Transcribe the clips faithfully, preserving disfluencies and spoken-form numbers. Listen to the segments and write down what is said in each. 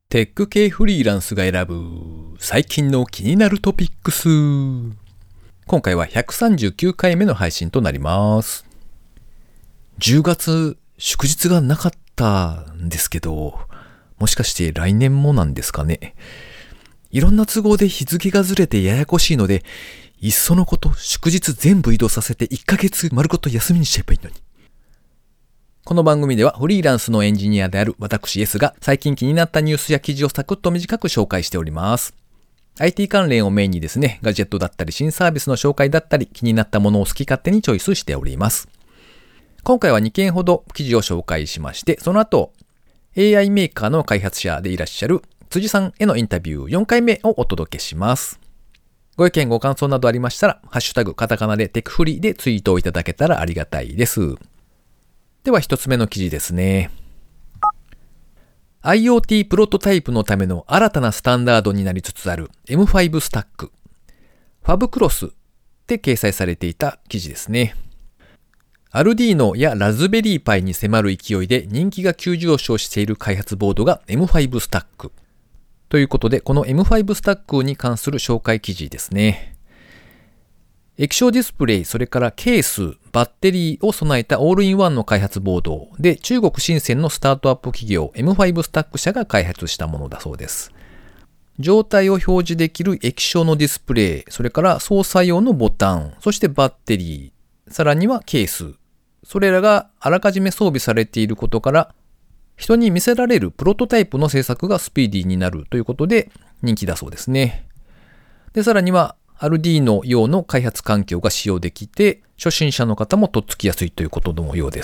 テック系フリーランスが選ぶ最近の気になるトピックス。今回はひゃくさんじゅうきゅうかいめの配信となります。じゅうがつ祝日がなかったんですけど、もしかして来年もなんですかね。いろんな都合で日付がずれてややこしいので、いっそのこと祝日全部移動させていっかげつ丸ごと休みにしちゃえばいいのに。この番組ではフリーランスのエンジニアである私 S が最近気になったニュースや記事をサクッと短く紹介しております。アイティー 関連をメインにですね、ガジェットだったり新サービスの紹介だったり気になったものを好き勝手にチョイスしております。今回はにけんほど記事を紹介しまして、その後 エーアイ メーカーの開発者でいらっしゃる辻さんへのインタビューよんかいめをお届けします。ご意見ご感想などありましたら、ハッシュタグカタカナでテクフリでツイートをいただけたらありがたいです。では一つ目の記事ですね。IoT プロトタイプのための新たなスタンダードになりつつある エムファイブ スタック、ファブクロスで掲載されていた記事ですね。アルディーノやラズベリーパイに迫る勢いで人気が急上昇している開発ボードが エムファイブ スタック。ということで、この エムファイブ スタックに関する紹介記事ですね。液晶ディスプレイ、それからケース、バッテリーを備えたオールインワンの開発ボードで、中国深センのスタートアップ企業 エムファイブ スタック社が開発したものだそうです。状態を表示できる液晶のディスプレイ、それから操作用のボタン、そしてバッテリー、さらにはケース、それらがあらかじめ装備されていることから、人に見せられるプロトタイプの制作がスピーディーになるということで人気だそうですね。で、さらにはアルディーノ用の開発環境が使用できて、初心者の方もとっつきやすいということのようです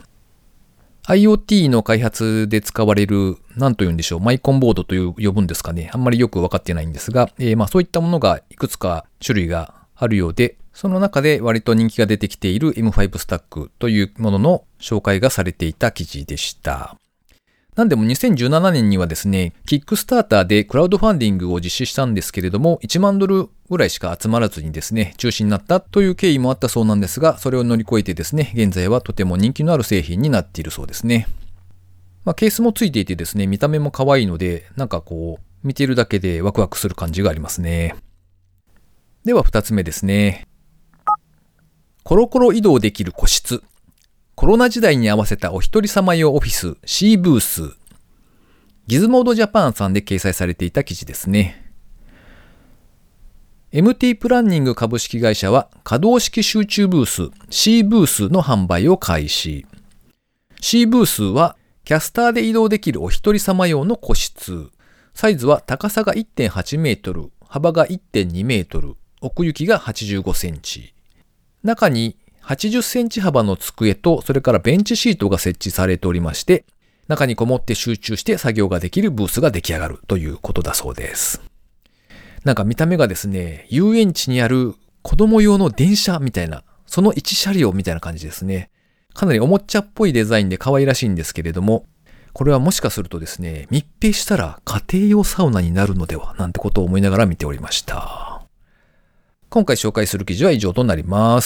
。IoT の開発で使われる、何と言うんでしょう、マイコンボードという呼ぶんですかね。あんまりよくわかってないんですが、えー、まあそういったものがいくつか種類があるようで、その中で割と人気が出てきている エムファイブ スタックというものの紹介がされていた記事でした。なんでもにせんじゅうななねんにはですね、キックスターターでクラウドファンディングを実施したんですけれども、いちまんドルぐらいしか集まらずにですね、中止になったという経緯もあったそうなんですが、それを乗り越えてですね、現在はとても人気のある製品になっているそうですね。まあ、ケースもついていてですね、見た目も可愛いので、なんかこう、見ているだけでワクワクする感じがありますね。では二つ目ですね。コロコロ移動できる個室。コロナ時代に合わせたお一人様用オフィス C ブース。ギズモードジャパンさんで掲載されていた記事ですね。エムティー プランニング株式会社は可動式集中ブース C ブースの販売を開始。C ブースはキャスターで移動できるお一人様用の個室。サイズは高さが いってんはちメートル、幅が いってんにメートル、奥行きがはちじゅうごセンチ。中にはちじゅっセンチ幅の机と、それからベンチシートが設置されておりまして、中にこもって集中して作業ができるブースが出来上がるということだそうです。なんか見た目がですね、遊園地にある子供用の電車みたいな、その一車両みたいな感じですね。かなりおもちゃっぽいデザインで可愛らしいんですけれども、これはもしかするとですね、密閉したら家庭用サウナになるのではなんてことを思いながら見ておりました。今回紹介する記事は以上となります。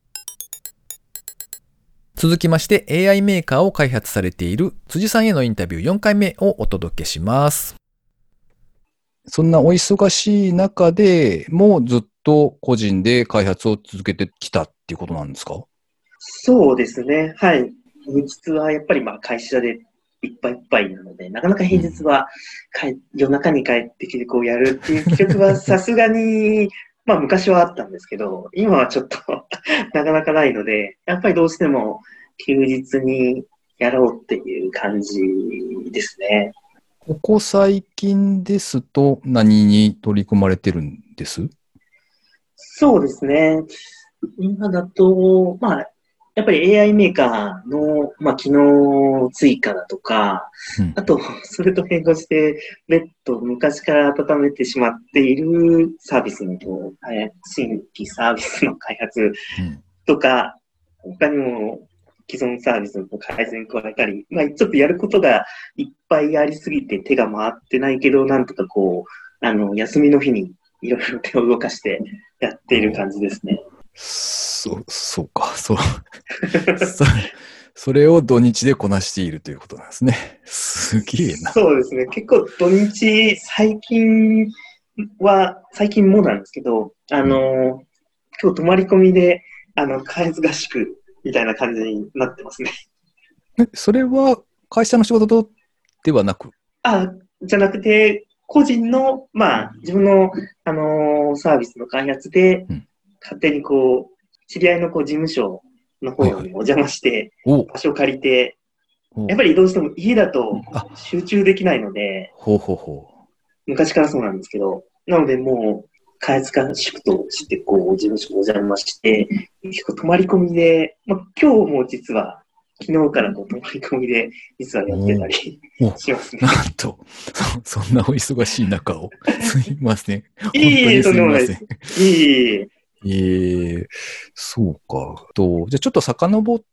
続きまして エーアイ メーカーを開発されている辻さんへのインタビューよんかいめをお届けします。そんなお忙しい中でもずっと個人で開発を続けてきたっていうことなんですか？ そうですね。はい。平日はやっぱりまあ会社でいっぱいいっぱいなので、なかなか平日は帰、うん、夜中に帰ってきてこうやるっていう企画はさすがにまあ昔はあったんですけど、今はちょっとなかなかないので、やっぱりどうしても休日にやろうっていう感じですね。 ここ最近ですと何に取り組まれてるんです？ そうですね。今だと、まあ、やっぱり エーアイ メーカーの、まあ、機能追加だとか、うん、あと、それと並行して、別途昔から温めてしまっているサービスの、新規サービスの開発とか、うん、他にも既存サービスの改善加えたり、まあ、ちょっとやることがいっぱいありすぎて手が回ってないけど、なんとかこう、あの、休みの日にいろいろ手を動かしてやっている感じですね。 そう、そうか、そう。そそれを土日でこなしているということなんですね。すげえな。 そうですね。結構土日、最近は、最近もなんですけど、あの、うん、今日泊まり込みで、あの、開発合宿みたいな感じになってますね。 え、それは会社の仕事ではなく？ あ、じゃなくて、個人の、まあ、自分の、あのー、サービスの開発で、うん、勝手にこう、知り合いのこう事務所の方にお邪魔して、はいはい、場所を借りて、やっぱりどうしても家だと集中できないので、 ほうほうほう、 昔からそうなんですけど、なのでもう、開発合宿として、こう、事務所にお邪魔して、結構泊まり込みで、まあ、今日も実は、昨日からこう泊まり込みで、実はやってたりしますね。 なんとそ、そんなお忙しい中を、すいません。本当にすみません。いいええー、そうか。と、じゃあちょっと遡って、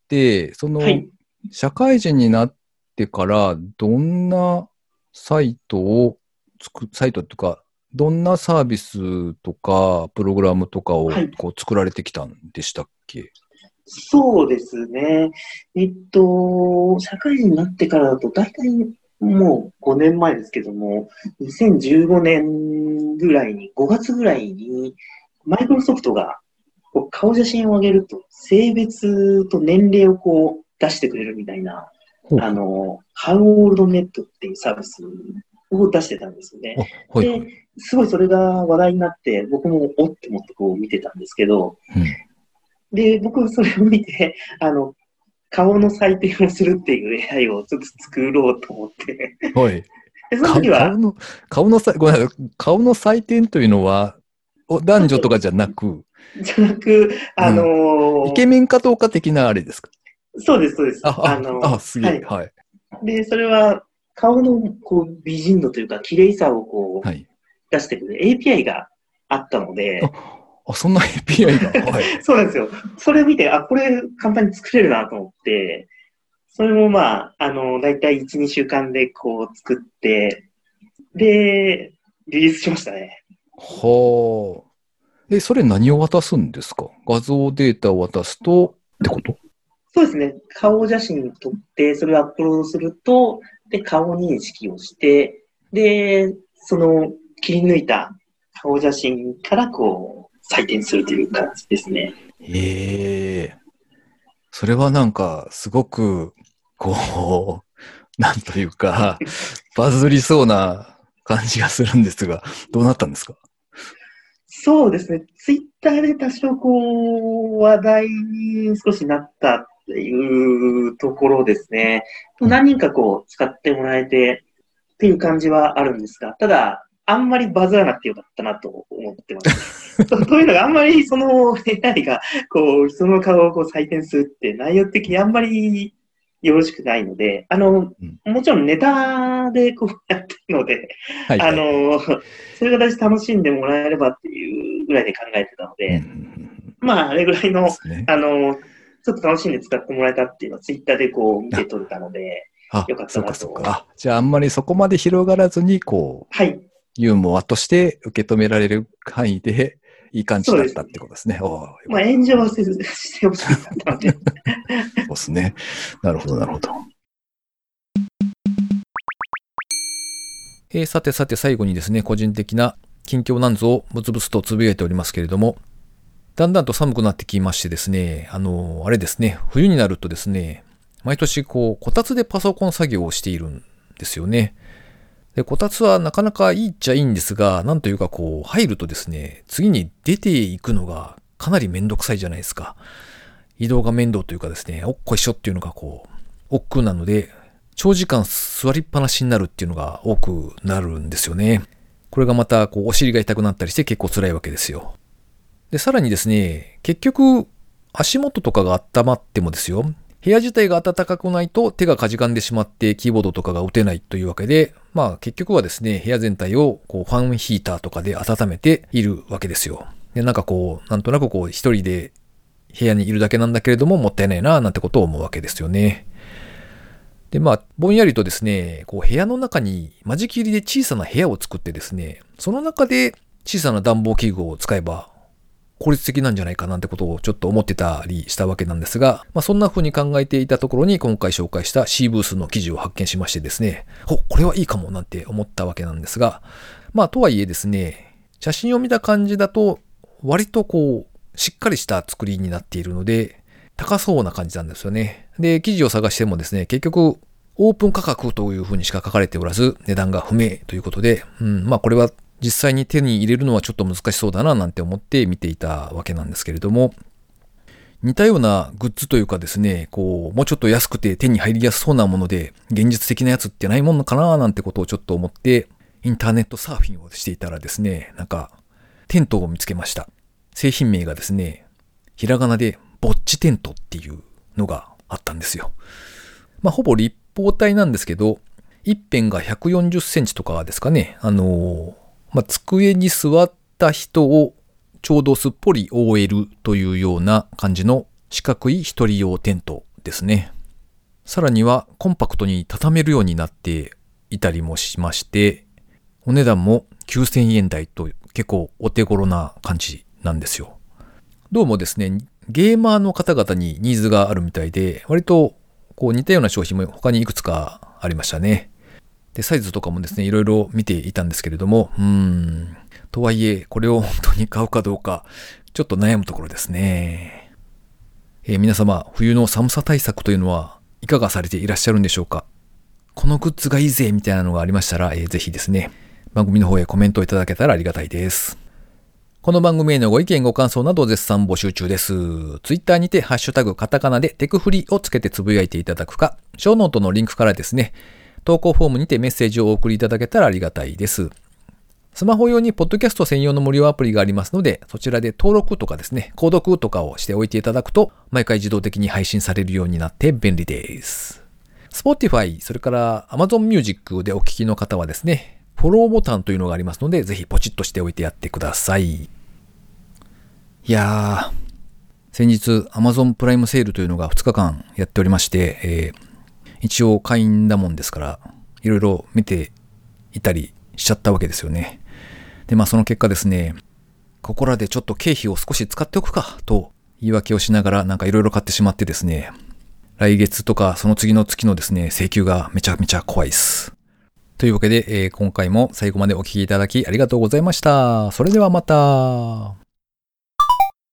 その、はい、社会人になってから、どんなサイトを作、サイトとか、どんなサービスとか、プログラムとかをこう作られてきたんでしたっけ？はい、 そうですね。えっと、社会人になってからだと、大体もうごねんまえですけども、にせんじゅうごねんぐらいに、ごがつぐらいに、マイクロソフトがこう顔写真を上げると、性別と年齢をこう出してくれるみたいな、あの、How Old Net っていうサービスを出してたんですよね。はいはい、で、すごいそれが話題になって、僕もおって思ってこう見てたんですけど、うんで、僕はそれを見て、あの、顔の採点をするっていう エーアイ をちょっと作ろうと思って。 はい。 で、その時は。 顔の、顔の、ごめんなさい、顔の採点というのは、男女とかじゃなく。 じゃなく、あのーうん、イケメンかどうか的なあれですか？ そうです、そうです。 あ、あ、あのー、あ、すげえ、はい。はい。 で、それは、顔のこう美人度というか、綺麗さをこう、はい、出してくれる エーピーアイ があったので、 あ、そんな エーピーアイ が。はい、 そうなんですよ。それを見て、あ、これ簡単に作れるなと思って、それもまあ、あの、だいたいいち、にしゅうかんでこう作って、で、リリースしましたね。 はあ。え、それ何を渡すんですか？画像データを渡すと、ってこと？ そうですね。顔写真撮って、それをアップロードすると、で、顔認識をして、で、その切り抜いた顔写真からこう、採点するという感じですね。 へえ。それはなんか、すごく、こう、なんというか、バズりそうな感じがするんですが、どうなったんですか？ そうですね。ツイッターで多少こう、話題に少しなったっていうところですね。何人かこう、使ってもらえてっていう感じはあるんですが、ただ、あんまりバズらなくてよかったなと思ってます。というのがあんまりその エーアイ がこう人の顔をこう採点するって内容的にあんまりよろしくないので、あの、うん、もちろんネタでこうやってるので、はいはい、あの、そういう形で楽しんでもらえればっていうぐらいで考えてたので、うん、まあ、あれぐらいの、ね、あの、ちょっと楽しんで使ってもらえたっていうのはツイッターでこう見て取れたので、 あ、よかったなと。そうかそうか。あ、じゃああんまりそこまで広がらずに、こう、はい。ユーモアとして受け止められる範囲でいい感じだったってことですね。おまあ炎上はせずしてほしかったので。そうですね。なるほど、なるほど。えー、さてさて最後にですね、個人的な近況なんぞをブツブツとつぶやいておりますけれども、だんだんと寒くなってきましてですね、あの、あれですね、冬になるとですね、毎年こう、こたつでパソコン作業をしているんですよね。で、こたつはなかなかいいっちゃいいんですが、なんというかこう、入るとですね、次に出ていくのがかなりめんどくさいじゃないですか。移動が面倒というかですね、おっこいしょっていうのがこう、億劫なので、長時間座りっぱなしになるっていうのが多くなるんですよね。これがまたこう、お尻が痛くなったりして結構辛いわけですよ。で、さらにですね、結局、足元とかが温まってもですよ、部屋自体が暖かくないと手がかじかんでしまってキーボードとかが打てないというわけで、まあ結局はですね、部屋全体をこうファンヒーターとかで温めているわけですよ。で、なんかこう、なんとなくこう一人で部屋にいるだけなんだけれどももったいないななんてことを思うわけですよね。で、まあ、ぼんやりとですね、こう部屋の中に間仕切りで小さな部屋を作ってですね、その中で小さな暖房器具を使えば効率的なんじゃないかなんてことをちょっと思ってたりしたわけなんですが、まあ、そんな風に考えていたところに今回紹介した C ブースの記事を発見しましてですね、お、これはいいかもなんて思ったわけなんですが、まあとはいえですね、写真を見た感じだと割とこうしっかりした作りになっているので高そうな感じなんですよね。で、記事を探してもですね、結局オープン価格という風にしか書かれておらず値段が不明ということで、うん、まあこれは実際に手に入れるのはちょっと難しそうだななんて思って見ていたわけなんですけれども、似たようなグッズというかですね、こうもうちょっと安くて手に入りやすそうなもので現実的なやつってないものかななんてことをちょっと思ってインターネットサーフィンをしていたらですね、なんかテントを見つけました。製品名がですね、ひらがなでぼっちテントっていうのがあったんですよ。まあほぼ立方体なんですけど、一辺がひゃくよんじゅっセンチとかですかね。あのー、まあ、机に座った人をちょうどすっぽり覆えるというような感じの四角い一人用テントですね。さらにはコンパクトに畳めるようになっていたりもしまして、お値段もきゅうせんえん台と結構お手頃な感じなんですよ。どうもですね、ゲーマーの方々にニーズがあるみたいで、割とこう似たような商品も他にいくつかありましたね。で、サイズとかもですね、いろいろ見ていたんですけれども、うーん、とはいえ、これを本当に買うかどうか、ちょっと悩むところですね。えー、皆様、冬の寒さ対策というのはいかがされていらっしゃるんでしょうか？このグッズがいいぜみたいなのがありましたら、えー、ぜひですね、番組の方へコメントいただけたらありがたいです。この番組へのご意見ご感想など絶賛募集中です。ツイッターにてハッシュタグカタカナでテクフリをつけてつぶやいていただくか、ショーノートのリンクからですね、投稿フォームにてメッセージをお送りいただけたらありがたいです。スマホ用にポッドキャスト専用の無料アプリがありますので、そちらで登録とかですね、購読とかをしておいていただくと、毎回自動的に配信されるようになって便利です。Spotify、それから Amazon Music でお聞きの方はですね、フォローボタンというのがありますので、ぜひポチッとしておいてやってください。いやー、先日 Amazon プライムセールというのがふつかかんやっておりまして、えー一応会員だもんですからいろいろ見ていたりしちゃったわけですよね。で、まあその結果ですね、ここらでちょっと経費を少し使っておくかと言い訳をしながらなんかいろいろ買ってしまってですね、来月とかその次の月のですね、請求がめちゃめちゃ怖いです。というわけで、えー、今回も最後までお聞きいただきありがとうございました。それではまた。